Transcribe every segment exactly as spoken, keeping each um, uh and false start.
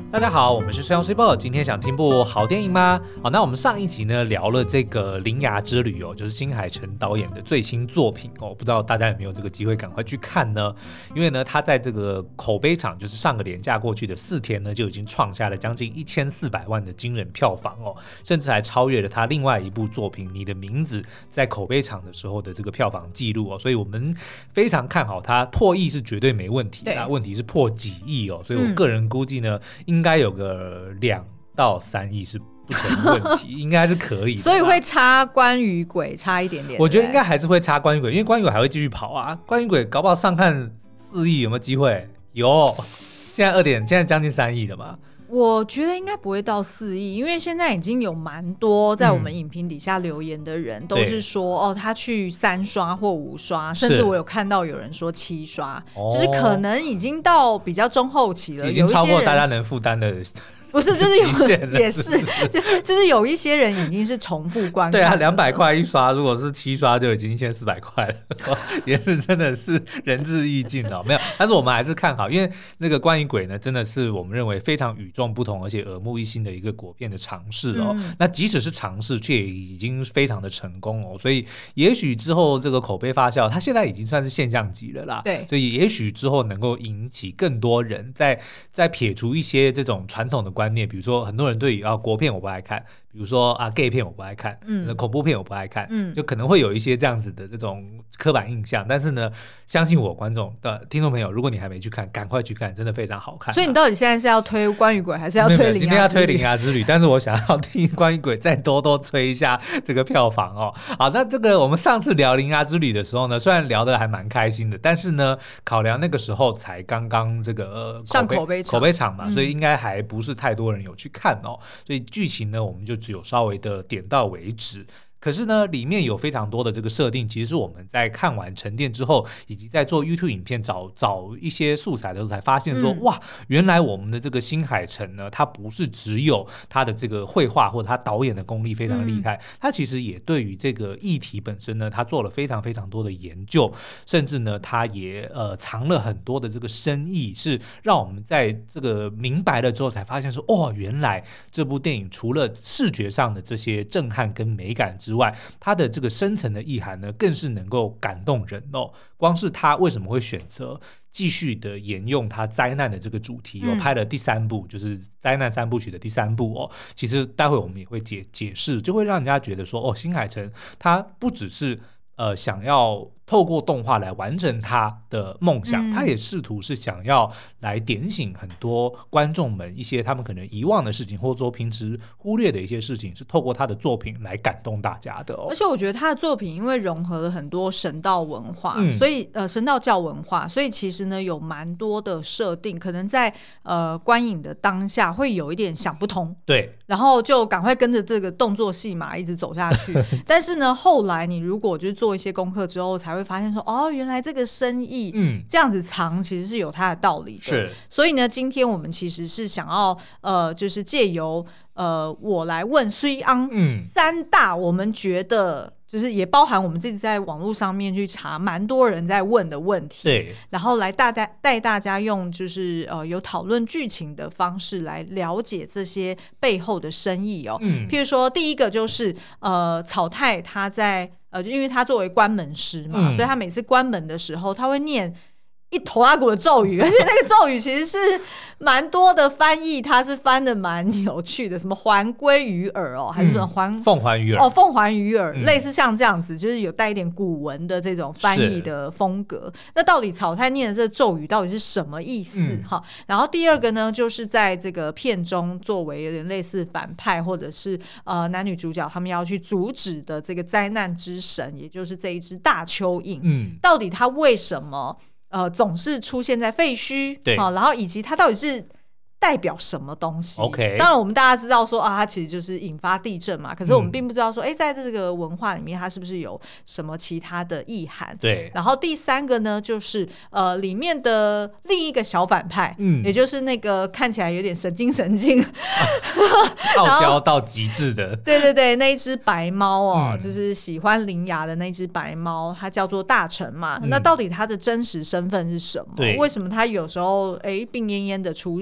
大家好，我们是虽阳虽报，今天想听部好电影吗？好，那我们上一集呢聊了这个《铃芽之旅》哦，就是新海诚导演的最新作品哦，不知道大家有没有这个机会赶快去看呢？因为呢，他在这个口碑场，就是上个连假过去的四天呢，就已经创下了将近一千四百万的惊人票房哦，甚至还超越了他另外一部作品《你的名字》在口碑场的时候的这个票房记录哦，所以我们非常看好它破亿是绝对没问题，那问题是破几亿哦，所以我个人估计呢。嗯应该有个两到三亿是不成问题，应该是可以的， 所以会差关于鬼差一点点。 我觉得应该还是会差关于鬼，因为关于鬼还会继续跑啊。关于鬼搞不好上看四亿有没有机会？有，现在二点，现在将近三亿了嘛。 我觉得应该不会到四亿，因为现在已经有蛮多在我们影评底下留言的人、嗯、都是说哦，他去三刷或五刷，甚至我有看到有人说七刷，就是可能已经到比较中后期了， 已经超过大家能负担的。 不是，就是有也是，就是有一些人已经是重复观看。 对啊，两百块一刷，如果是七刷就已经一千四百块了，也是真的是仁至义尽了。没有，但是我们还是看好，因为那个关于鬼呢，真的是我们认为非常与众不同，而且耳目一新的一个国片的尝试哦。嗯、那即使是尝试，却已经非常的成功哦。所以也许之后这个口碑发酵，它现在已经算是现象级了啦。 对， 所以也许之后能够引起更多人，在在撇除一些这种传统的观念，比如说很多人对于啊国片我不爱看，比如说啊 gay 片我不爱看，嗯，恐怖片我不爱看，嗯，就可能会有一些这样子的这种刻板印象。但是呢，相信我，观众的听众朋友，如果你还没去看，赶快去看，真的非常好看、啊。 所以你到底现在是要推关于鬼，还是要推铃芽之旅？ 今天要推铃芽之旅，但是我想要听关于鬼再多多催一下这个票房哦。好，那这个我们上次聊铃芽之旅的时候呢，虽然聊得还蛮开心的，但是呢，考量那个时候才刚刚这个、呃、 上口碑场口碑场嘛、嗯，所以应该还不是太多人有去看哦。所以剧情呢，我们就只有稍微的点到为止。可是呢，里面有非常多的这个设定，其实是我们在看完沉淀之后，以及在做 YouTube 影片找找一些素材的时候，才发现说、嗯，哇，原来我们的这个新海诚呢，他不是只有他的这个绘画或者他导演的功力非常厉害，嗯、他其实也对于这个议题本身呢，他做了非常非常多的研究，甚至呢，他也呃藏了很多的这个深意，是让我们在这个明白了之后，才发现说，哦，原来这部电影除了视觉上的这些震撼跟美感之外，它的这个深层的意涵呢，更是能够感动人哦。光是他为什么会选择继续的沿用他灾难的这个主题，有、嗯、拍了第三部，就是灾难三部曲的第三部哦。其实待会我们也会解解释，就会让人家觉得说，哦，新海诚他不只是呃想要透过动画来完成他的梦想、嗯、他也试图是想要来点醒很多观众们一些他们可能遗忘的事情，或者说平时忽略的一些事情，是透过他的作品来感动大家的、哦、 而且我觉得他的作品因为融合了很多神道文化、嗯、所以呃神道教文化，所以其实呢有蛮多的设定可能在呃观影的当下会有一点想不通， 对， 然后就赶快跟着这个动作戏码一直走下去但是呢后来你如果就是做一些功课之后，才会发现说，哦，原来这个深意、嗯、这样子藏其实是有它的道理的。 是， 所以呢今天我们其实是想要呃就是借由呃我来问水昂、嗯、三大我们觉得就是也包含我们自己在网络上面去查蛮多人在问的问题， 对， 然后来大家带大家用就是呃有讨论剧情的方式来了解这些背后的深意哦、嗯、譬如说第一个就是呃草太他在呃因为他作为关门师嘛、嗯、所以他每次关门的时候他会念一头拉骨的咒语，而且那个咒语其实是蛮多的翻译，它是翻的蛮有趣的，什么还归于耳哦，还是什么还凤还于耳哦，凤还于耳、嗯，类似像这样子，就是有带一点古文的这种翻译的风格。那到底草太念的这个咒语到底是什么意思？哈、嗯，然后第二个呢，就是在这个片中作为有点类似反派或者是呃男女主角他们要去阻止的这个灾难之神，也就是这一只大蚯蚓，嗯，到底它为什么？呃，总是出现在废墟， 对、 啊，然后以及它到底是代表什么东西 ？OK， 当然我们大家知道说啊，它其实就是引发地震嘛。可是我们并不知道说，哎、嗯，在这个文化里面，它是不是有什么其他的意涵？ 对。 然后第三个呢，就是呃，里面的另一个小反派，嗯，也就是那个看起来有点神经神经、啊、 傲娇到极致的， 对对对，那一只白猫哦、嗯，就是喜欢铃芽的那只白猫，它叫做大臣嘛、嗯。那到底它的真实身份是什么？对，为什么它有时候哎病恹恹的出现，然后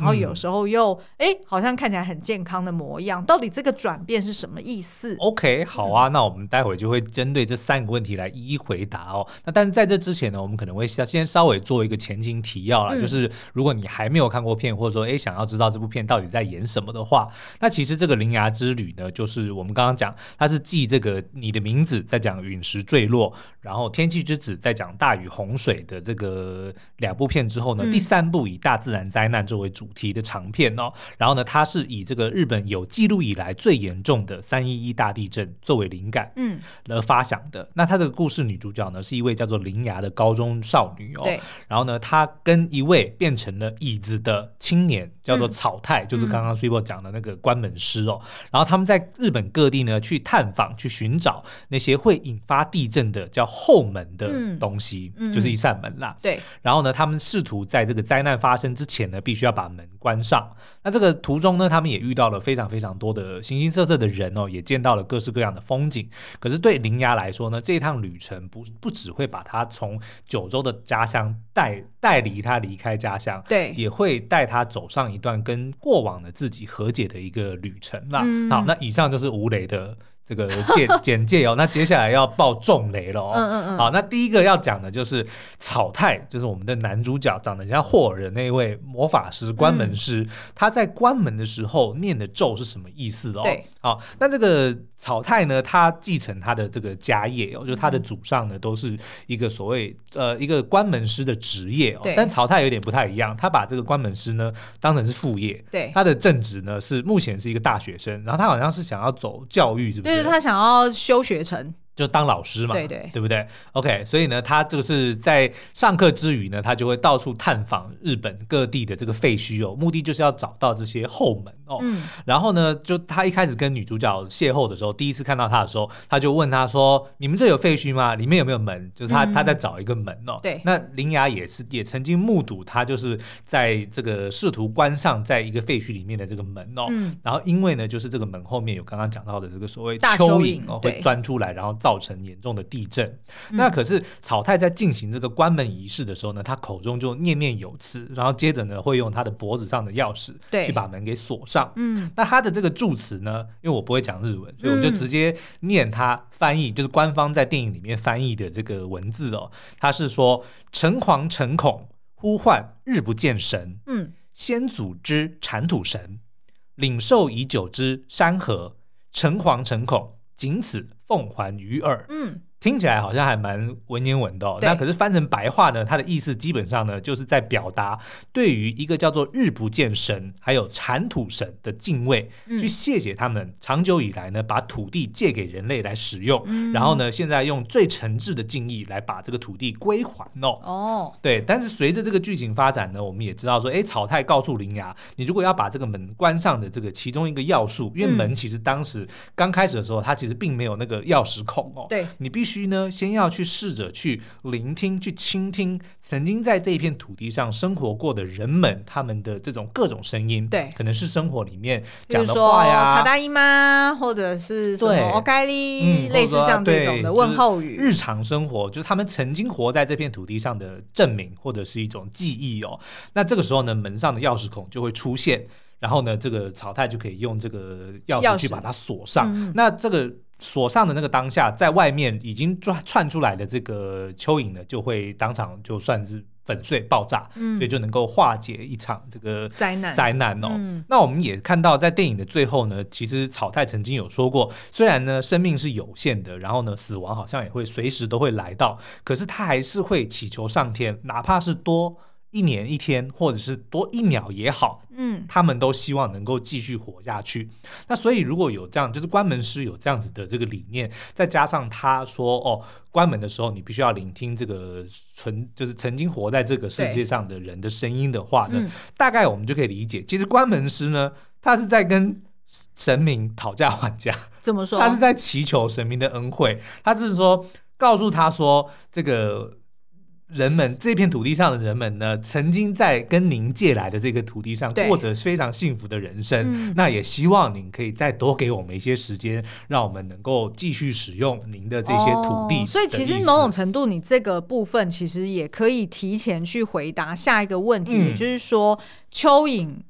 后有时候又哎、嗯、好像看起来很健康的模样，到底这个转变是什么意思？ OK， 好啊、嗯、那我们待会就会针对这三个问题来一一回答哦。那但是在这之前呢，我们可能会先稍微做一个前情提要啦、嗯、就是如果你还没有看过片，或者说哎想要知道这部片到底在演什么的话，那其实这个铃芽之旅呢，就是我们刚刚讲它是继这个你的名字在讲陨石坠落，然后天气之子在讲大雨洪水的这个两部片之后呢、嗯、第三部以大自然灾难作为主题的长片哦，然后呢它是以这个日本有记录以来最严重的三一一大地震作为灵感嗯而发想的。那它这个故事女主角呢是一位叫做铃芽的高中少女哦，对，然后呢她跟一位变成了椅子的青年叫做草太、嗯、就是刚刚 Swibo 讲的那个关门师哦、嗯、然后他们在日本各地呢去探访去寻找那些会引发地震的叫后门的东西、嗯、就是一扇门啦、嗯、对，然后呢他们试图在这个灾难发生之前呢必须要把门关上。那这个途中呢他们也遇到了非常非常多的形形色色的人哦，也见到了各式各样的风景。可是对铃芽来说呢，这一趟旅程不不只会把他从九州的家乡带带离他离开家乡，对，也会带他走上一段跟过往的自己和解的一个旅程啦、嗯、好，那以上就是吴雷的这个简简介哦，那接下来要爆重雷了哦。嗯嗯嗯。好，那第一个要讲的就是草太，就是我们的男主角，长得像霍尔的那位魔法师关门师、嗯，他在关门的时候念的咒是什么意思哦？对。好，那这个草太呢，他继承他的这个家业哦，就是他的祖上呢都是一个所谓呃一个关门师的职业哦。但草太有点不太一样，他把这个关门师呢当成是副业。对。他的正职呢是目前是一个大学生，然后他好像是想要走教育，是不是？ 就是他想要修学成。 就当老师嘛， 对对， 对不对 ？OK， 所以呢，他这个是在上课之余呢，他就会到处探访日本各地的这个废墟哦，目的就是要找到这些后门哦。嗯、然后呢，就他一开始跟女主角邂逅的时候，第一次看到他的时候，他就问他说：“你们这有废墟吗？里面有没有门？”就是他、嗯、他在找一个门哦。对。那铃芽也是也曾经目睹他就是在这个试图关上在一个废墟里面的这个门哦。嗯、然后因为呢，就是这个门后面有刚刚讲到的这个所谓蚯蚓哦，会钻出来，然后造成严重的地震、嗯、那可是草太在进行这个关门仪式的时候呢，他口中就念念有词，然后接着呢会用他的脖子上的钥匙去把门给锁上。嗯，那他的这个助词呢，因为我不会讲日文，所以我就直接念他翻译、嗯、就是官方在电影里面翻译的这个文字哦。他是说：诚惶诚恐，呼唤日不见神，嗯，先祖之产土神，领受已久之山河，诚惶诚恐，仅此奉还于耳。嗯，听起来好像还蛮文言文的哦。那可是翻成白话呢，它的意思基本上呢，就是在表达对于一个叫做日不见神还有产土神的敬畏、嗯、去谢谢他们长久以来呢把土地借给人类来使用、嗯、然后呢现在用最诚挚的敬意来把这个土地归还哦。哦，对，但是随着这个剧情发展呢，我们也知道说，哎，草太告诉铃芽，你如果要把这个门关上的这个其中一个要素，因为门其实当时刚开始的时候它其实并没有那个钥匙孔哦，对，你必须呢先要去试着去聆听去倾听曾经在这一片土地上生活过的人们他们的这种各种声音，对，可能是生活里面讲的话呀， 塔达伊吗，或者是什么おかえり、嗯、类似像这种的问候语、 就是、日常生活就是他们曾经活在这片土地上的证明或者是一种记忆哦。那这个时候呢门上的钥匙孔就会出现，然后呢这个草太就可以用这个钥匙去把它锁上、嗯、那这个锁上的那个当下，在外面已经窜出来的这个蚯蚓呢就会当场就算是粉碎爆炸、嗯、所以就能够化解一场这个灾难灾难哦、嗯。那我们也看到在电影的最后呢，其实草太曾经有说过，虽然呢生命是有限的，然后呢死亡好像也会随时都会来到，可是他还是会祈求上天，哪怕是多一年一天或者是多一秒也好，嗯，他们都希望能够继续活下去。那所以如果有这样，就是关门师有这样子的这个理念，再加上他说哦，关门的时候你必须要聆听这个纯就是曾经活在这个世界上的人的声音的话呢、嗯、大概我们就可以理解，其实关门师呢他是在跟神明讨价还价。 怎么说？ 他是在祈求神明的恩惠，他是说告诉他说这个人们这片土地上的人们呢，曾经在跟您借来的这个土地上过着非常幸福的人生、嗯、那也希望您可以再多给我们一些时间，让我们能够继续使用您的这些土地、哦、 所以其实某种程度你这个部分其实也可以提前去回答下一个问题、嗯、也就是说蚯蚓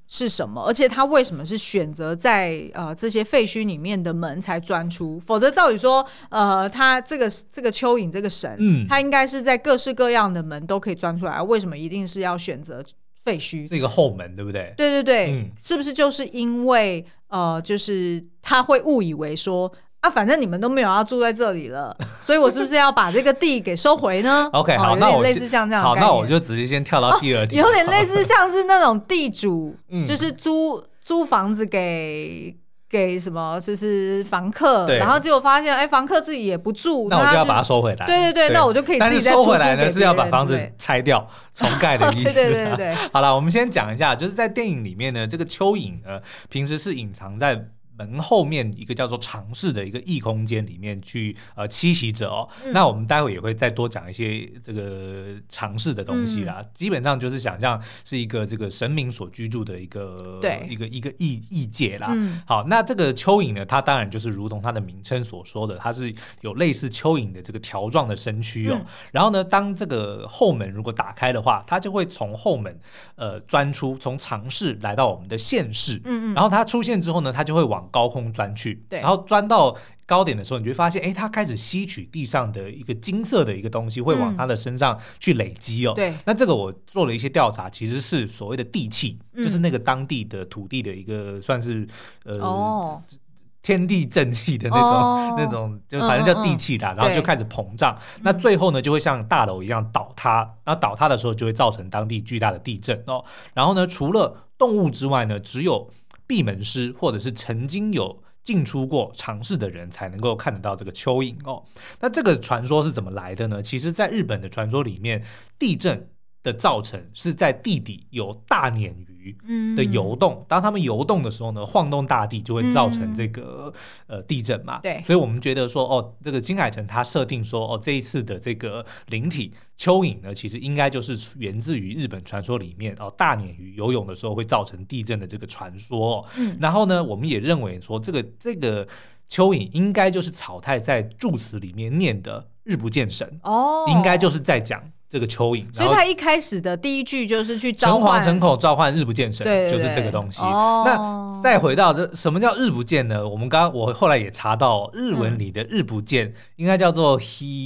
是什么，而且他为什么是选择在呃这些废墟里面的门才钻出？否则照理说，呃，他这个这个蚯蚓这个神，嗯，他应该是在各式各样的门都可以钻出来，为什么一定是要选择废墟这个后门，对不对？ 对对对， 嗯、 是不是就是因为呃，就是他会误以为说。啊，反正你们都没有要住在这里了，所以我是不是要把这个地给收回呢 ？OK， 好， 哦、 那我类似像这样的好，那我就直接先跳到第二题、 哦，有点类似像是那种地主， 嗯、 就是租租房子给给什么，就是房客，然后结果发现，哎，房客自己也不住， 那我就要把它收回来。 对对 对, 对，那我就可以自己再收回来呢，是要把房子拆掉重盖的意思、啊。 对对对对。 好了，我们先讲一下，就是在电影里面呢，这个蚯蚓呢，平时是隐藏在门后面一个叫做尝试的一个异空间里面去呃栖息着哦、嗯，那我们待会也会再多讲一些这个尝试的东西啦、嗯。基本上就是想象是一个这个神明所居住的一个对一个一个异异界啦、 嗯。 好，那这个蚯蚓呢，它当然就是如同它的名称所说的，它是有类似蚯蚓的这个条状的身躯哦、嗯。然后呢，当这个后门如果打开的话，它就会从后门呃钻出，从尝试来到我们的现世。嗯嗯。然后它出现之后呢，它就会往高空钻去，然后钻到高点的时候，你就会发现，哎，它开始吸取地上的一个金色的一个东西，会往它的身上去累积哦。 对、嗯， 那这个我做了一些调查，其实是所谓的地气、嗯，就是那个当地的土地的一个算是呃。哦天地正气的那种、哦、那种就反正叫地气啦、嗯嗯、然后就开始膨胀，那最后呢就会像大楼一样倒塌，然后倒塌的时候就会造成当地巨大的地震哦。然后呢，除了动物之外呢，只有闭门师或者是曾经有进出过尝试的人才能够看得到这个蚯蚓哦。那这个传说是怎么来的呢？其实在日本的传说里面，地震的造成是在地底有大鲶鱼的游动、嗯、当他们游动的时候呢，晃动大地就会造成这个、嗯、呃地震嘛。 对， 所以我们觉得说哦，这个金海诚他设定说哦，这一次的这个灵体蚯蚓呢，其实应该就是源自于日本传说里面哦，大鲶鱼游泳的时候会造成地震的这个传说、哦嗯、然后呢，我们也认为说这个这个蚯蚓应该就是草太在祝词里面念的日不见神哦，应该就是在讲这个蚯蚓， 所以他一开始的第一句就是去召唤诚惶诚恐召唤日不见神， 对对对， 就是这个东西、 哦、 那再回到这什么叫日不见呢？我们刚刚我后来也查到日文里的日不见、嗯、应该叫做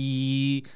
hi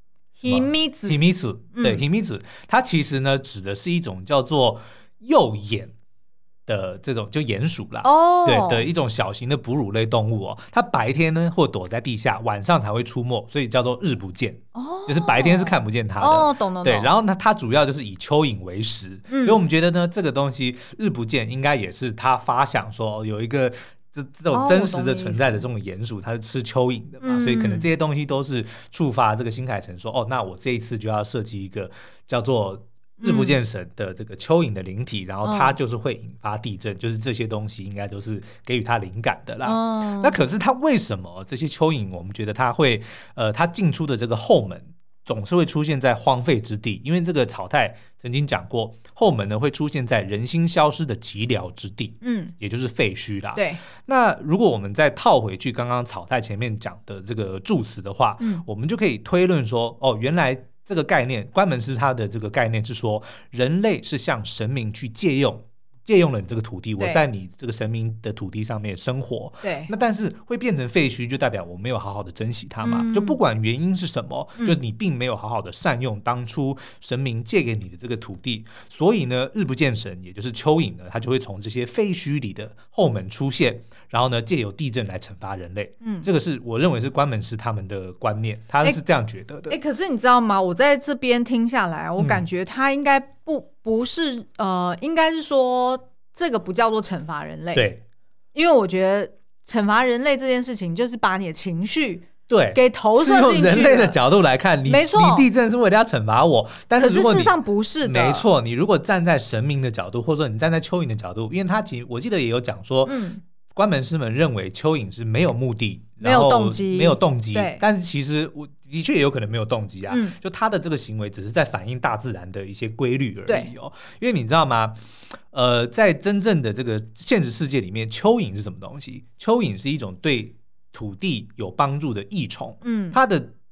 himitsu himitsu 对 himitsu、嗯、它其实呢指的是一种叫做右眼的这种就鼹鼠啦、oh. 对的一种小型的哺乳类動物哦，它白天呢或躲在地下，晚上才会出没，所以叫做日不见，oh. 就是白天是看不见它的。 哦、oh, ，懂懂懂。 对，然后呢，它主要就是以蚯蚓为食、嗯，所以我们觉得呢，这个东西日不见应该也是他发想说有一个这这种真实的存在的这种鼹鼠，它是吃蚯蚓的嘛、嗯，所以可能这些东西都是触发这个新海诚说，哦，那我这一次就要设计一个叫做日不见神的这个蚯蚓的灵体、嗯、然后它就是会引发地震、嗯、就是这些东西应该都是给予它灵感的啦、嗯、那可是它为什么这些蚯蚓我们觉得它会呃，它进出的这个后门总是会出现在荒废之地？因为这个草太曾经讲过，后门呢会出现在人心消失的寂寥之地，嗯，也就是废墟啦。 对， 那如果我们再套回去刚刚草太前面讲的这个祝词的话、嗯、我们就可以推论说，哦，原来这个概念，关门师他的这个概念是说，人类是向神明去借用借用了你这个土地，我在你这个神明的土地上面生活， 对， 那但是会变成废墟，就代表我没有好好的珍惜它嘛、嗯、就不管原因是什么、嗯、就你并没有好好的善用当初神明借给你的这个土地，所以呢，日不见神也就是蚯蚓呢，它就会从这些废墟里的后门出现，然后呢，借由地震来惩罚人类。嗯，这个是我认为是关门师他们的观念，他是这样觉得的。 哎、欸欸，可是你知道吗？我在这边听下来，我感觉他应该不不是呃，应该是说这个不叫做惩罚人类。 对， 因为我觉得惩罚人类这件事情，就是把你的情绪对给投射进去。 是用人类的角度来看，你没错， 你地震是为了要惩罚我，但是如果你可是事实上不是的。 没错，你如果站在神明的角度，或者说你站在蚯蚓的角度，因为他其实我记得也有讲说，嗯。关门师们认为蚯蚓是没有目的， 没有动机， 没有动机。但是其实我的确也有可能没有动机啊、嗯，就他的这个行为只是在反映大自然的一些规律而已哦。因为你知道吗？呃，在真正的这个现实世界里面，蚯蚓是什么东西？蚯蚓是一种对土地有帮助的益虫，嗯，它的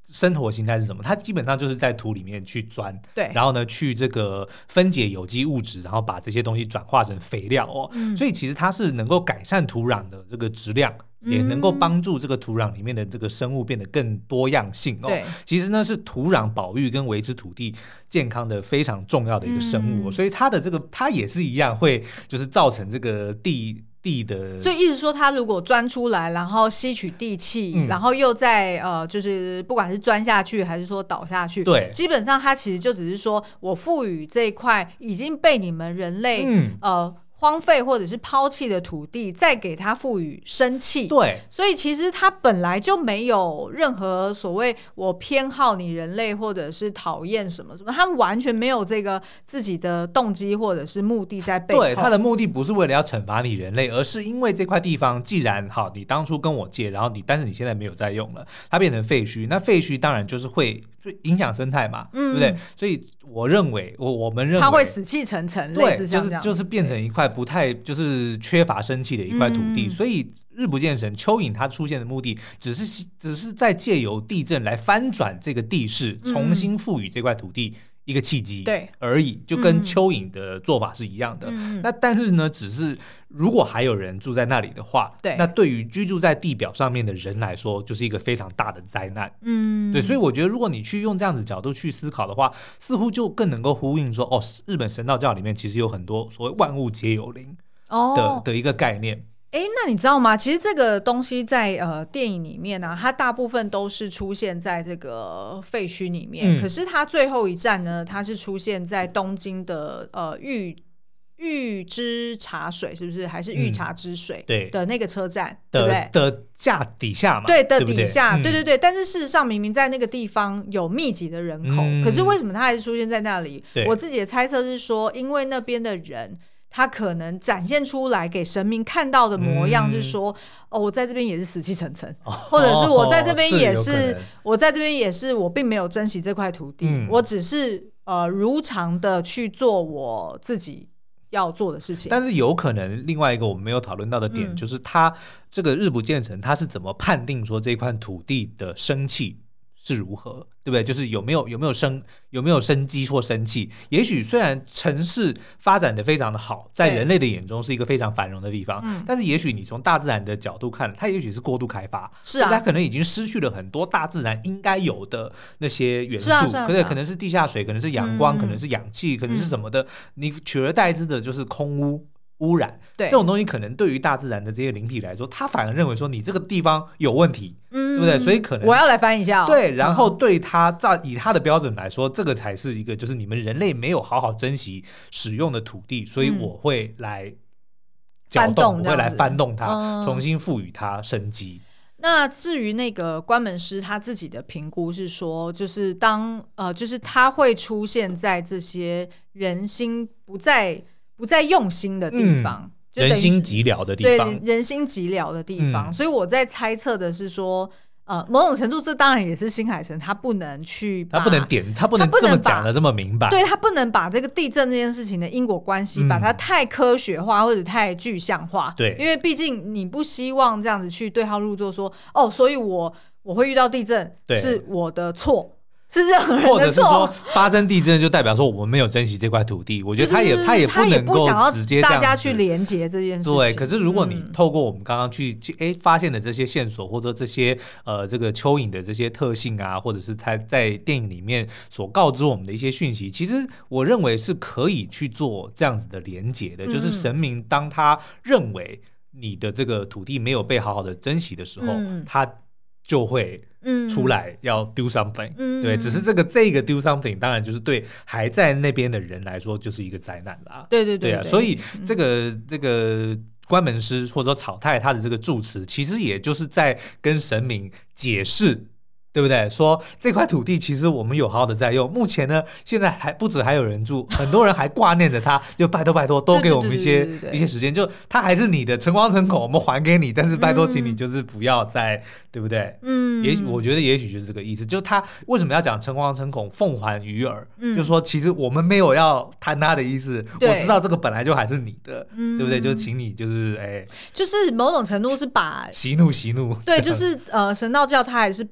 生活形态是什么？它基本上就是在土里面去钻， 对， 然后呢去这个分解有机物质，然后把这些东西转化成肥料哦。嗯、所以其实它是能够改善土壤的这个质量，也能够帮助这个土壤里面的这个生物变得更多样性哦。 对， 其实呢是土壤保育跟维持土地健康的非常重要的一个生物、哦嗯，所以它的这个它也是一样会就是造成这个地。地的， 所以意思说，它如果钻出来，然后吸取地气，嗯、然后又在呃，就是不管是钻下去还是说倒下去， 对， 基本上它其实就只是说我赋予这一块已经被你们人类、嗯、呃。荒废或者是抛弃的土地，再给它赋予生气。 对， 所以其实它本来就没有任何所谓我偏好你人类或者是讨厌什么什么，他们完全没有这个自己的动机或者是目的在背后。 对，他的目的不是为了要惩罚你人类，而是因为这块地方既然好，你当初跟我借，然后你但是你现在没有在用了，它变成废墟，那废墟当然就是会影响生态嘛，嗯、对不对？所以我认为，我我们认为它会死气沉沉，类似像这样， 就是就是变成一块不太就是缺乏生气的一块土地，嗯、所以日不见神蚯蚓它出现的目的只是只是在借由地震来翻转这个地势，嗯、重新赋予这块土地一个契机而已，就跟蚯蚓的做法是一样的。嗯、那但是呢，只是如果还有人住在那里的话，对，那对于居住在地表上面的人来说，就是一个非常大的灾难。嗯，对，所以我觉得如果你去用这样子角度去思考的话，似乎就更能够呼应说，哦，日本神道教里面其实有很多所谓万物皆有灵的、哦、的一个概念。 哎，那你知道吗？其实这个东西在呃电影里面呢、啊，它大部分都是出现在这个废墟里面。嗯、可是它最后一站呢，它是出现在东京的呃玉玉之茶水，是不是？还是玉茶之水？对、嗯、的那个车站，对不对？ 的架底下嘛， 对的底下，对, 对对对。但是事实上，明明在那个地方有密集的人口，嗯、可是为什么它还是出现在那里？我自己的猜测是说，因为那边的人。他可能展现出来给神明看到的模样是说、嗯、哦，我在这边也是死气沉沉、哦、或者是我在这边也 是,、哦、是我在这边也是我并没有珍惜这块土地、嗯、我只是呃如常的去做我自己要做的事情。 但是有可能另外一个我们没有讨论到的点、嗯、就是他这个日不见神他是怎么判定说这块土地的生气是如何，对不对？就是有没有有没有生有没有生机或生气？也许虽然城市发展的非常的好，在人类的眼中是一个非常繁荣的地方，嗯、但是也许你从大自然的角度看，它也许是过度开发， 是啊， 它可能已经失去了很多大自然应该有的那些元素， 是啊是啊是啊， 可是可能是地下水，可能是阳光，嗯、可能是氧气，可能是什么的，嗯、你取而代之的就是空污。污染，对这种东西可能对于大自然的这些灵体来说，他反而认为说你这个地方有问题，嗯、对不对？所以可能我要来翻一下、哦， 对，然后对他照以他的标准来说，这个才是一个就是你们人类没有好好珍惜使用的土地，所以我会来搅动，我会来翻动它，嗯、重新赋予它生机。 那至于那个关门师他自己的评估是说，就是当呃，就是他会出现在这些人心不再。不再用心的地方、嗯、 就人心寂寥的地方， 对，人心寂寥的地方、嗯、所以我在猜测的是说呃，某种程度这当然也是新海诚他不能去他不能点他不能这么讲的这么明白， 对，他不能把这个地震这件事情的因果关系、嗯、把它太科学化或者太具象化，对，因为毕竟你不希望这样子去对号入座说哦，所以我我会遇到地震是我的错，是任何人的错， 或者是说发生地震就代表说我们没有珍惜这块土地，我觉得他也、就是、他也不能够直接这样子大家去连结这件事情。 对，可是如果你透过我们刚刚去去哎发现的这些线索，或者这些呃这个蚯蚓的这些特性啊，或者是他在电影里面所告知我们的一些讯息，其实我认为是可以去做这样子的连结的，嗯、就是神明当他认为你的这个土地没有被好好的珍惜的时候，嗯、他就会出来要 do something、嗯、对，只是这个这个 do something 当然就是对还在那边的人来说就是一个灾难啦， 对对 对, 对, 对啊，所以这个、嗯、这个关门师或者说草太他的这个助词其实也就是在跟神明解释，对不对？说这块土地其实我们有好好的在用，目前呢现在还不止还有人住，很多人还挂念着他，就拜托拜托多给我们一些对对对对对一些时间，就他还是你的，诚惶诚恐我们还给你，但是拜托请你就是不要再、嗯、对不对？嗯，也我觉得也许就是这个意思，就他为什么要讲诚惶诚恐奉还于耳、嗯、就是说其实我们没有要贪他的意思，我知道这个本来就还是你的、嗯、对不对？就请你就是哎， 就是某种程度是把息怒息怒， 对，就是呃神道教他还是把人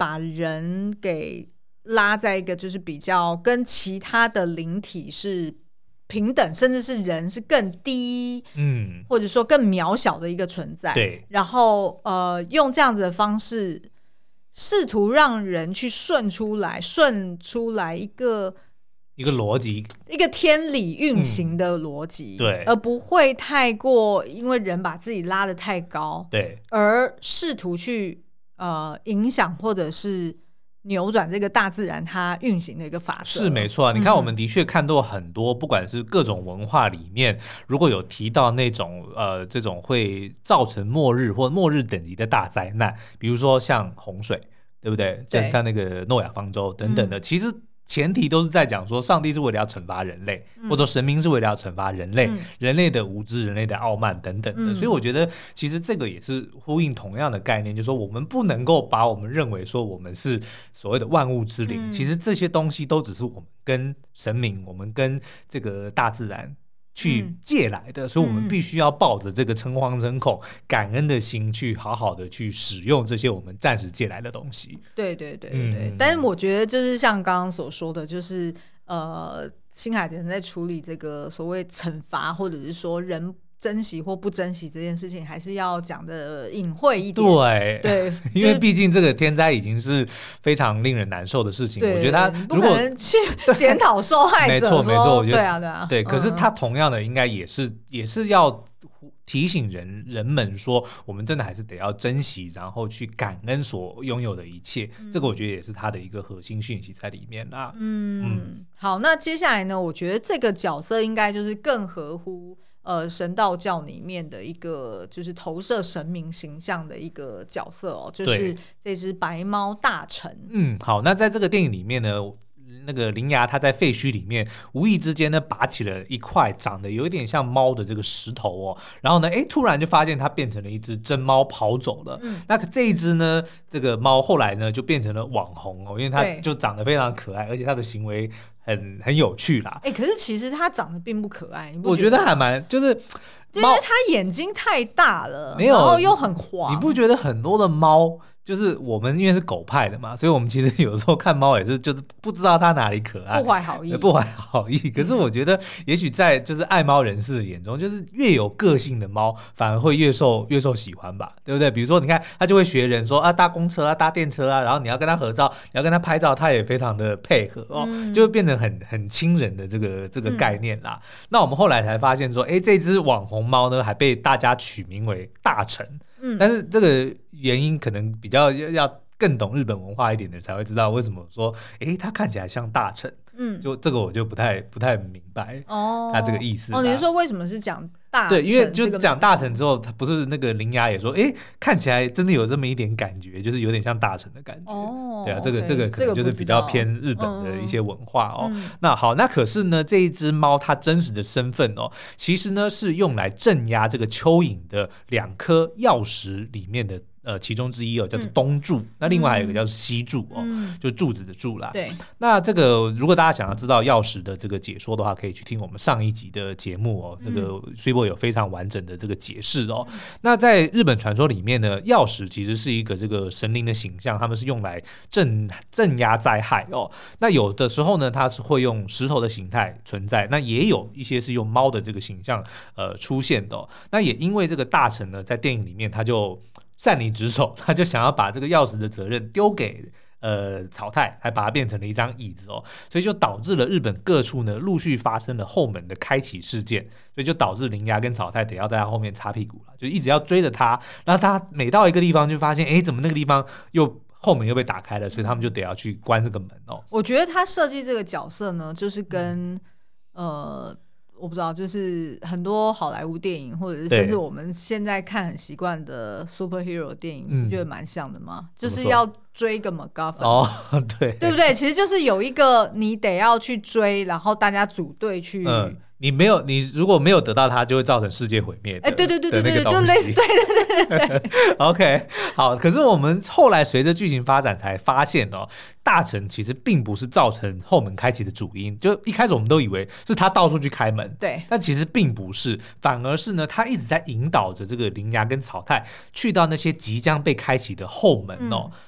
人给拉在一个就是比较跟其他的灵体是平等，甚至是人是更低，嗯，或者说更渺小的一个存在。 对， 然后呃，用这样子的方式，试图让人去顺出来，顺出来一个一个逻辑， 一个天理运行的逻辑， 嗯，对， 而不会太过因为人把自己拉得太高， 对， 而试图去呃影响或者是扭转这个大自然它运行的一个法则。 是没错啊，你看我们的确看到很多，嗯，不管是各种文化里面，如果有提到那种呃这种会造成末日或末日等级的大灾难，比如说像洪水，对不对？就像那个诺亚方舟等等的，嗯，其实前提都是在讲说上帝是为了要惩罚人类，嗯，或者神明是为了要惩罚人类，嗯，人类的无知，人类的傲慢等等的，嗯，所以我觉得其实这个也是呼应同样的概念，就是说我们不能够把我们认为说我们是所谓的万物之灵，嗯，其实这些东西都只是我们跟神明，我们跟这个大自然去借来的，嗯，所以我们必须要抱着这个诚惶诚恐，嗯，感恩的心去好好的去使用这些我们暂时借来的东西。 对对对对对，嗯，但是我觉得就是像刚刚所说的，就是呃，星海人在处理这个所谓惩罚，或者是说人珍惜或不珍惜这件事情，还是要讲的隐晦一点。 对对， 因为毕竟这个天灾已经是非常令人难受的事情。我觉得他不可能去检讨受害者， 没错没错，我觉得对啊对啊， 对。可是他同样的，应该也是、嗯、也是要提醒人人们说，我们真的还是得要珍惜，然后去感恩所拥有的一切。嗯、这个我觉得也是他的一个核心讯息在里面啦。 嗯嗯，好，那接下来呢，我觉得这个角色应该就是更合乎。呃，神道教里面的一个就是投射神明形象的一个角色哦，就是这只白猫大臣。 嗯，好，那在这个电影里面呢，那个铃芽他在废墟里面无意之间呢拔起了一块长得有一点像猫的这个石头哦，然后呢，哎，突然就发现它变成了一只真猫跑走了。嗯，那这一只呢，这个猫后来呢就变成了网红哦，因为它就长得非常可爱，而且它的行为很很有趣啦。 哎，可是其实它长得并不可爱，你不我觉得还蛮就是。 因为它眼睛太大了，没有，然后又很黄。 你不觉得很多的猫，就是我们因为是狗派的嘛，所以我们其实有时候看猫也是就是不知道它哪里可爱， 不怀好意， 不怀好意。可是我觉得，也许在就是爱猫人士的眼中，就是越有个性的猫，反而会越受越受喜欢吧，对不对？比如说，你看它就会学人说啊，搭公车啊，搭电车啊，然后你要跟它合照，你要跟它拍照，它也非常的配合哦，嗯、就会变成很很亲人的这个这个概念啦。嗯、那我们后来才发现说，哎，这只网红猫呢，还被大家取名为大臣。嗯，但是这个原因可能比较要更懂日本文化一点的人才会知道为什么说，哎，他看起来像大臣。嗯，就这个我就不太不太明白哦，他这个意思。 哦，你是说为什么是讲大臣？ 对，因为就讲大臣之后，他不是那个铃芽也说，哎，看起来真的有这么一点感觉，就是有点像大臣的感觉。哦，对啊，这个 okay, 这个可能就是比较偏日本的一些文化哦。嗯、那好，那可是呢，这一只猫它真实的身份哦，其实呢是用来镇压这个蚯蚓的两颗曜石里面的。呃，其中之一哦，叫做东柱，嗯、那另外还有一个叫西柱哦，嗯、就是柱子的柱啦。 对，那这个如果大家想要知道曜石的这个解说的话，可以去听我们上一集的节目哦。这个水波有非常完整的这个解释哦。嗯、那在日本传说里面呢，曜石其实是一个这个神灵的形象，他们是用来镇镇压灾害哦。那有的时候呢，它是会用石头的形态存在，那也有一些是用猫的这个形象呃出现的哦。那也因为这个大臣呢，在电影里面他就。擅离职守，他就想要把这个钥匙的责任丢给呃草太，还把它变成了一张椅子哦，所以就导致了日本各处呢陆续发生了后门的开启事件，所以就导致铃芽跟草太得要在他后面擦屁股了，就一直要追着他，然后他每到一个地方就发现，哎，怎么那个地方又后门又被打开了，所以他们就得要去关这个门哦。 我觉得他设计这个角色呢，就是跟、嗯、呃。我不知道，就是很多好莱坞电影，或者是甚至我们现在看很习惯的 superhero 电影，你觉得蛮像的吗？就是要追一个 MacGuffin， 哦，对， 对不对？其实就是有一个你得要去追，然后大家组队去。嗯你没有，你如果没有得到它，就会造成世界毁灭。哎， 对对对对对，就类似，对对对对对。 OK， 好，可是我们后来随着剧情发展才发现哦，大臣其实并不是造成后门开启的主因。就一开始我们都以为是他到处去开门， 对， 但其实并不是，反而是呢，他一直在引导着这个铃芽跟草太去到那些即将被开启的后门哦。嗯、那可是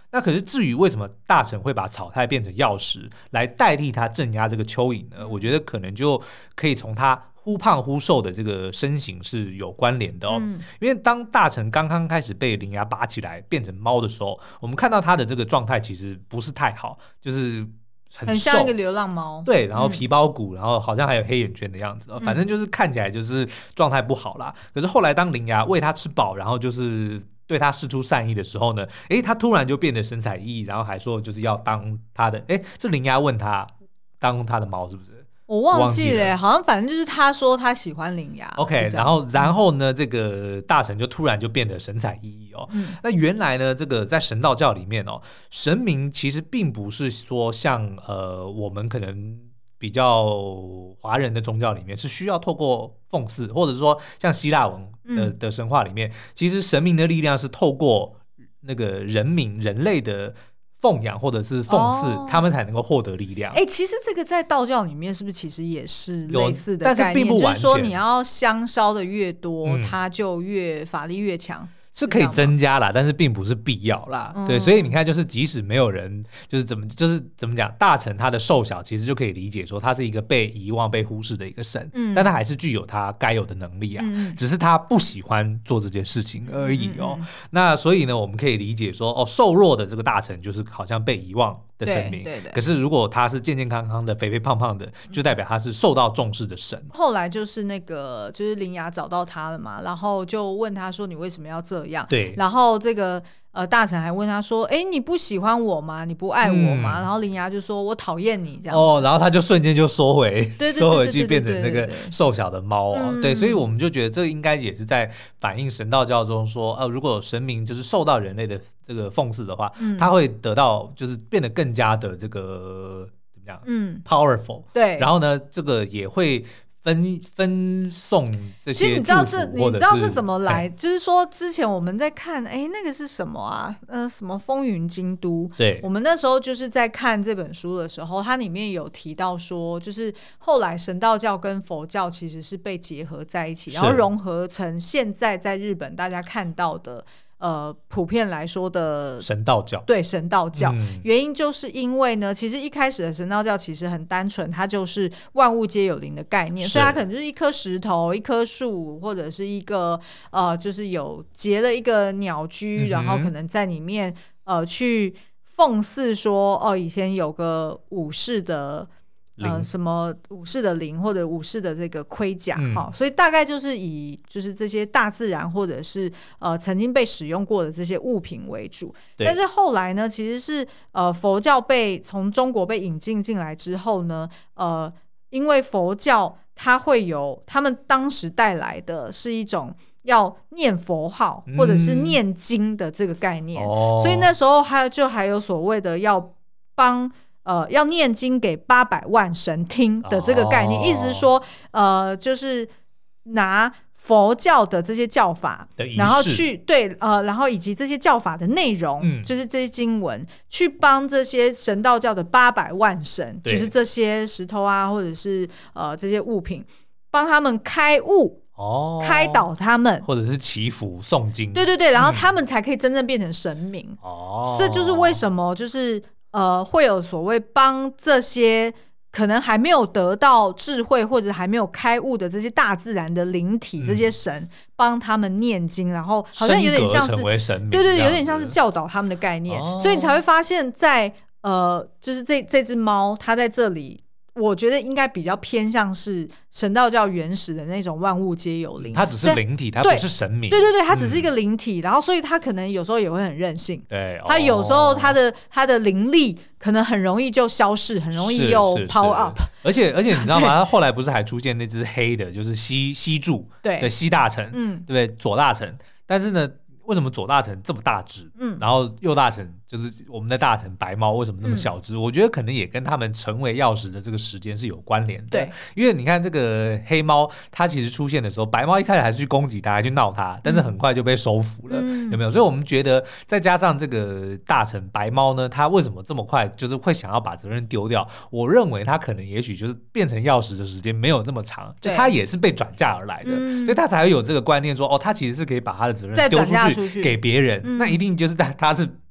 至于为什么大臣会把草太变成药石来代替他镇压这个蚯蚓呢？我觉得可能就可以从他忽胖忽瘦的这个身形是有关联的哦。嗯、因为当大臣刚刚开始被铃芽拔起来变成猫的时候，我们看到他的这个状态其实不是太好，就是很瘦， 很像一个流浪猫。 对，然后皮包骨、嗯、然后好像还有黑眼圈的样子、哦、反正就是看起来就是状态不好啦、嗯、可是后来当铃芽喂他吃饱，然后就是对他释出善意的时候呢，诶，他突然就变得神采奕奕，然后还说就是要当他的，诶，这铃芽问他当他的猫是不是？ 我忘记 了, 了好像反正就是他说他喜欢铃芽 OK， 然后然后呢、嗯、这个大臣就突然就变得神采奕奕哦、嗯、那原来呢这个在神道教里面哦，神明其实并不是说像呃我们可能比较华人的宗教里面是需要透过奉祀，或者说像希腊文 的,、嗯、的神话里面，其实神明的力量是透过那个人民人类的奉养或者是奉祀、哦、他们才能够获得力量。 哎、欸，其实这个在道教里面是不是其实也是类似的概念？ 但是并不完全， 就是说你要香烧的越多、嗯、它就越法力越强， 是可以增加啦，但是并不是必要啦、嗯、对，所以你看就是即使没有人就是怎么就是怎么讲，大臣他的瘦小其实就可以理解说他是一个被遗忘被忽视的一个神、嗯、但他还是具有他该有的能力啊、嗯、只是他不喜欢做这件事情而已哦、嗯、那所以呢我们可以理解说哦，瘦弱的这个大臣就是好像被遗忘的神明，对对对，可是如果他是健健康康的肥肥胖胖的，就代表他是受到重视的神。 后来就是那个就是铃芽找到他了嘛，然后就问他说你为什么要这样， 对， 然后这个呃大臣还问他说哎，你不喜欢我吗？你不爱我吗？嗯、然后铃芽就说我讨厌你这样哦，然后他就瞬间就缩回缩回去变成那个瘦小的猫哦、嗯、对，所以我们就觉得这应该也是在反映神道教中说呃，如果神明就是受到人类的这个奉祀的话、嗯、他会得到就是变得更加的这个怎么样嗯 powerful， 对， 然后呢这个也会分分送这些祝福。其实你知道这你知道这怎么来？就是说之前我们在看，哎，那个是什么啊？呃，什么风云京都？ 对， 我们那时候就是在看这本书的时候，它里面有提到说，就是后来神道教跟佛教其实是被结合在一起，然后融合成现在在日本大家看到的。呃，普遍来说的神道教， 对神道教、嗯、原因就是因为呢其实一开始的神道教其实很单纯，它就是万物皆有灵的概念，所以它可能就是一颗石头一棵树或者是一个呃，就是有结了一个鸟居、嗯、然后可能在里面呃去奉祀说哦以前有个武士的呃，什么武士的灵或者武士的这个盔甲、嗯哦、所以大概就是以就是这些大自然或者是呃曾经被使用过的这些物品为主。但是后来呢其实是呃佛教被从中国被引进进来之后呢呃因为佛教它会有他们当时带来的是一种要念佛号或者是念经的这个概念、嗯、所以那时候还就还有所谓的要帮呃，要念经给八百万神听的这个概念、哦、意思是说呃，就是拿佛教的这些教法然后去对呃，然后以及这些教法的内容、嗯、就是这些经文去帮这些神道教的八百万神，就是这些石头啊或者是呃这些物品帮他们开悟哦，开导他们或者是祈福诵经， 对对对，然后他们才可以真正变成神明哦、嗯，这就是为什么就是呃，会有所谓帮这些可能还没有得到智慧或者还没有开悟的这些大自然的灵体、嗯、这些神帮他们念经，然后好像有点像是成为神明， 对对，有点像是教导他们的概念、哦、所以你才会发现在呃，就是这这只猫它在这里我觉得应该比较偏向是神道教原始的那种万物皆有灵， 它只是灵体，它不是神明。 对对对，它只是一个灵体、嗯、然后所以它可能有时候也会很任性， 对， 它有时候它的它的灵力可能很容易就消逝，很容易又 power up。 而且而且你知道吗？它后来不是还出现那只黑的，就是西西柱对西大臣，嗯，对不对？左大臣，但是呢，为什么左大臣这么大只？嗯，然后右大臣就是我们的大臣白猫为什么那么小只、嗯、我觉得可能也跟他们成为药石的这个时间是有关联的。 对， 因为你看这个黑猫它其实出现的时候，白猫一开始还是去攻击它还去闹它，但是很快就被收服了、嗯、有没有？所以我们觉得再加上这个大臣白猫呢，它为什么这么快就是会想要把责任丢掉，我认为它可能也许就是变成药石的时间没有那么长，就它也是被转嫁而来的、嗯、所以它才会有这个观念说哦，它其实是可以把它的责任丢出去给别人、嗯、那一定就是它是别人给它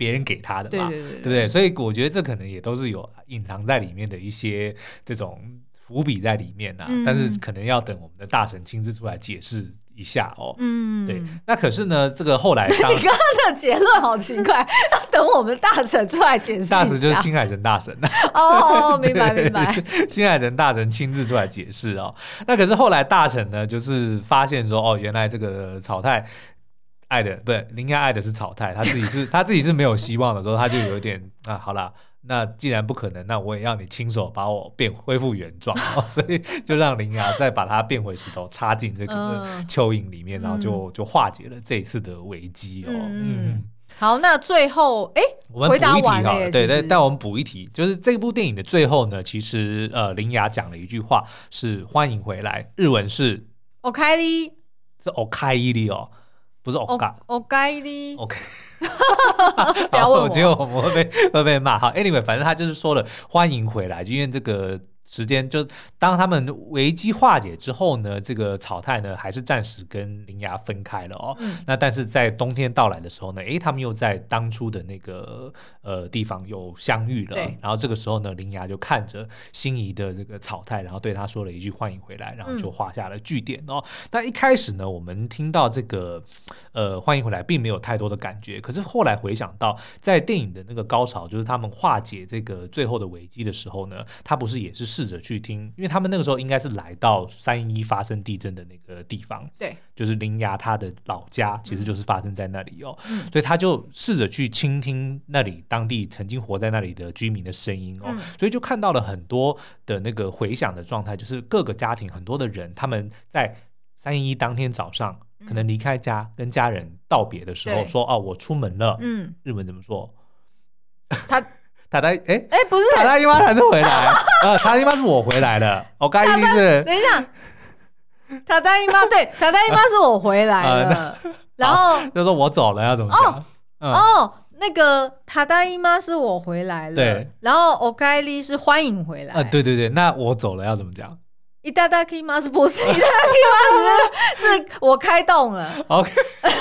他的嘛， 对对 对, 对, 对不对？所以我觉得这可能也都是有隐藏在里面的一些这种伏笔在里面啊、嗯、但是可能要等我们的大神亲自出来解释一下哦。嗯，对。那可是呢，这个后来当你刚刚的结论好奇怪，要等我们大神出来解释一下。 大神就是星海诚大神哦，明白明白。 星海诚大神亲自出来解释哦。那可是后来大臣呢，就是发现说，哦，原来这个草太爱的不是林芽爱的是草太，他自己是他自己是没有希望的时候，他就有点啊，好啦。那既然不可能，那我也要你亲手把我变恢复原状、哦、所以就让林芽再把它变回石头，插进这个蚯蚓里面，嗯、然后就就化解了这一次的危机哦。嗯，嗯好，那最后哎， 我们补一题好了，对对，但我们补一题，就是这部电影的最后呢，其实呃，林芽讲了一句话是欢迎回来，日文是おかえり， 是おかえり哦，不是おかおかえり ，OK。 不要问我， 结果我们会被会被骂。好 ，anyway， 反正他就是说了欢迎回来，因为这个时间就当他们危机化解之后呢，这个草太呢还是暂时跟林芽分开了哦。嗯、那但是在冬天到来的时候呢，诶，他们又在当初的那个呃地方又相遇了。然后这个时候呢，林芽就看着心仪的这个草太，然后对他说了一句欢迎回来，然后就画下了句点哦。那、嗯、一开始呢，我们听到这个呃欢迎回来，并没有太多的感觉。可是后来回想到，在电影的那个高潮，就是他们化解这个最后的危机的时候呢，他不是也是试着去听，因为他们那个时候应该是来到三一一发生地震的那个地方， 对， 就是林芽他的老家，其实就是发生在那里哦。嗯、所以他就试着去倾听那里当地曾经活在那里的居民的声音哦，嗯、所以就看到了很多的那个回响的状态，就是各个家庭很多的人，他们在三一一当天早上。可能离开家跟家人道别的时候说哦我出门了，嗯，日文怎么说？ 他他的哎哎不是他的姨妈才是回来，呃他的姨妈是我回来了，我刚一定是等一下，他的姨妈对他的姨妈是我回来了，呃、然后就说我走了要怎么讲？ 哦，嗯、哦那个他的姨妈是我回来了， 对， 然后おかえり是欢迎回来， 呃对对对，那我走了要怎么讲？ いただきます不是いただきます是我开动了 OK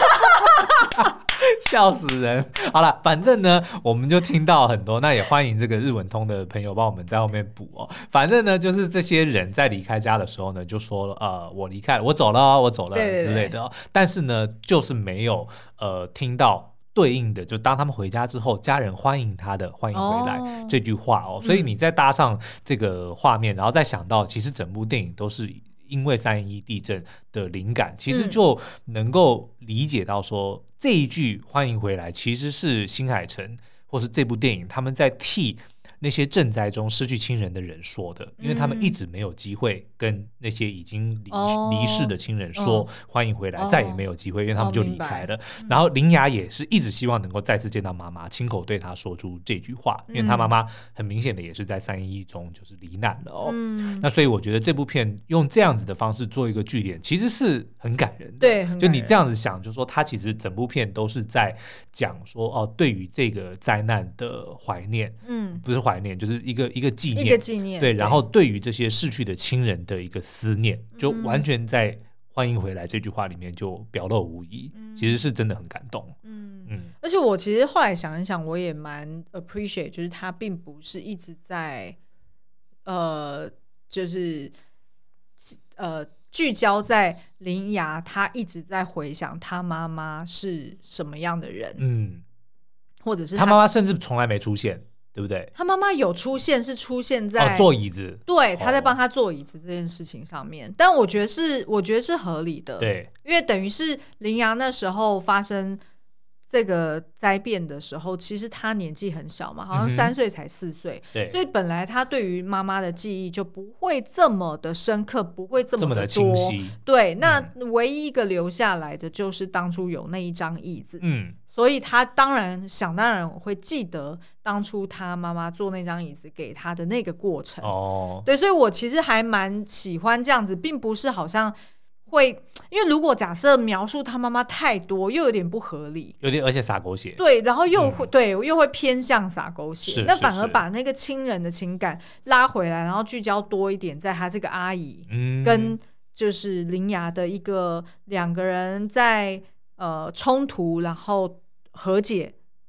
笑死人。好了，反正呢我们就听到很多，那也欢迎这个日文通的朋友帮我们在后面补哦。反正呢就是这些人在离开家的时候呢就说了呃我离开了，我走了我走了之类的、哦、但是呢就是没有呃听到对应的，就当他们回家之后家人欢迎他的欢迎回来、哦、这句话哦，所以你再搭上这个画面、嗯、然后再想到其实整部电影都是因为三一一地震的灵感，其实就能够理解到说、嗯、这一句欢迎回来其实是新海诚或是这部电影他们在替那些震灾中失去亲人的人说的，因为他们一直没有机会跟那些已经 离,、哦、离世的亲人说、哦、欢迎回来、哦、再也没有机会，因为他们就离开了、哦、然后林芽也是一直希望能够再次见到妈妈，亲口对她说出这句话、嗯、因为她妈妈很明显的也是在三一一中就是罹难了哦、嗯、那所以我觉得这部片用这样子的方式做一个句点其实是很感人的， 对， 就你这样子想，就是说他其实整部片都是在讲说哦，对于这个灾难的怀念，嗯，不是怀念，就是一个一个纪念， 一个纪念， 对，然后对于这些逝去的亲人的一个思念，就完全在欢迎回来这句话里面就表露无遗、嗯、其实是真的很感动。嗯嗯，而且我其实后来想一想，我也蛮 appreciate， 就是他并不是一直在呃，就是呃聚焦在林芽，他一直在回想他妈妈是什么样的人，嗯，或者是 他, 他妈妈甚至从来没出现。对不对？ 他妈妈有出现，是出现在、 哦、坐椅子， 对，他在帮他坐椅子这件事情上面、哦、但我觉得是我觉得是合理的， 对， 因为等于是林芽那时候发生这个灾变的时候，其实他年纪很小嘛，好像三岁才四岁、嗯、所以本来他对于妈妈的记忆就不会这么的深刻，不会这么的多， 这么的清晰， 对，那唯一一个留下来的就是当初有那一张椅子，嗯，所以他当然想当然会记得当初他妈妈坐那张椅子给他的那个过程，哦，对，所以我其实还蛮喜欢这样子，并不是好像会，因为如果假设描述他妈妈太多又有点不合理， 有点而且洒狗血， 对，然后又会、嗯、对又会偏向洒狗血，那反而把那个亲人的情感拉回来，然后聚焦多一点在他这个阿姨、嗯、跟就是林芽的一个两个人在呃冲突然后和解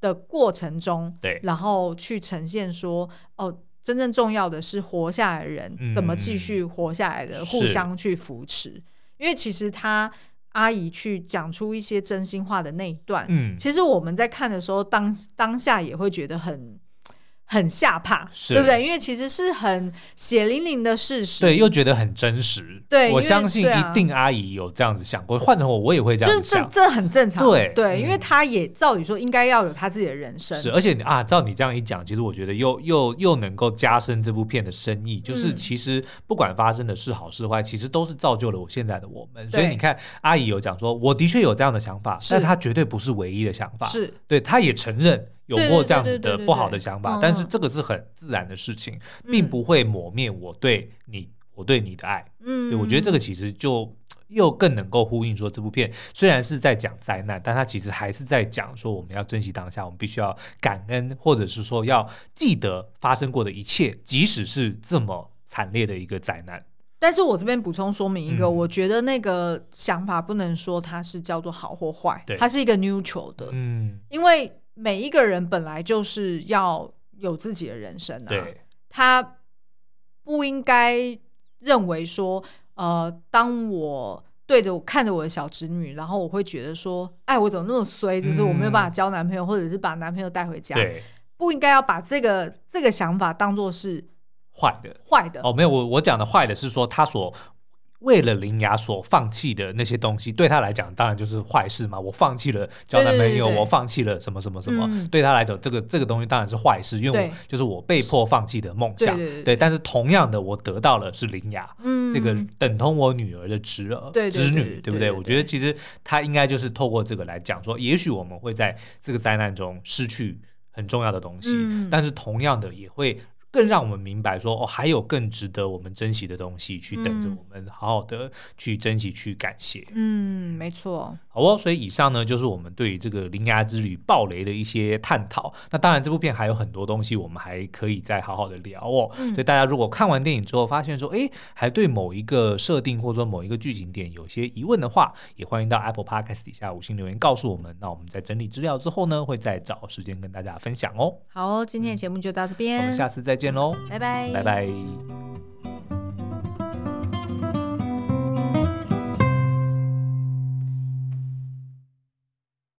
的过程中， 对， 然后去呈现说，哦，真正重要的是活下来的人、嗯、怎么继续活下来的，互相去扶持。因为其实他阿姨去讲出一些真心话的那一段，嗯，其实我们在看的时候当当下也会觉得很很吓怕，对不对？因为其实是很血淋淋的事实， 对，又觉得很真实。 对， 我相信一定阿姨有这样子想过，换成我我也会这样子想， 就是这这很正常。 对对、嗯， 因为他也照理说应该要有他自己的人生。 是，而且啊，照你这样一讲，其实我觉得又又又能够加深这部片的深意，就是其实不管发生的是好是坏，其实都是造就了我现在的我们。所以你看，阿姨有讲说，我的确有这样的想法，但他绝对不是唯一的想法。是，对，他也承认。有过这样子的不好的想法，但是这个是很自然的事情，嗯、并不会抹灭我对你我对你的爱。嗯，对，我觉得这个其实就又更能够呼应说，这部片虽然是在讲灾难，但它其实还是在讲说我们要珍惜当下，我们必须要感恩，或者是说要记得发生过的一切，即使是这么惨烈的一个灾难。 但是我这边补充说明一个、嗯、我觉得那个想法不能说它是叫做好或坏，它是一个 neutral 的。嗯，因为每一个人本来就是要有自己的人生啊，对，他不应该认为说，呃，当我对着我看着我的小侄女，然后我会觉得说，哎，我怎么那么衰，就是我没有办法交男朋友，嗯、或者是把男朋友带回家，对，不应该要把这个这个想法当作是坏的， 坏的。 哦，没有，我我讲的坏的是说他所。为了林雅所放弃的那些东西，对他来讲当然就是坏事嘛。我放弃了交男朋友，对对对对，我放弃了什么什么什么，嗯、对他来讲，这个这个东西当然是坏事，因为我就是我被迫放弃的梦想。对, 对, 对, 对，但是同样的，我得到了是林雅，嗯，这个等同我女儿的侄儿、对对对侄女，对不对？对对对，我觉得其实他应该就是透过这个来讲说，也许我们会在这个灾难中失去很重要的东西，嗯、但是同样的也会。更让我们明白说，哦，还有更值得我们珍惜的东西，去等着我们好好的去珍惜、去感谢。 嗯，没错。 好哦，所以以上呢就是我们对于这个《铃芽之旅》爆雷的一些探讨。那当然，这部片还有很多东西我们还可以再好好的聊哦。嗯、所以大家如果看完电影之后发现说，哎，还对某一个设定或者说某一个剧情点有些疑问的话，也欢迎到 Apple Podcast 底下五星留言告诉我们。那我们在整理资料之后呢，会再找时间跟大家分享哦。 好哦，今天的节目就到这边， 我们下次再见喽， 拜拜， 拜拜。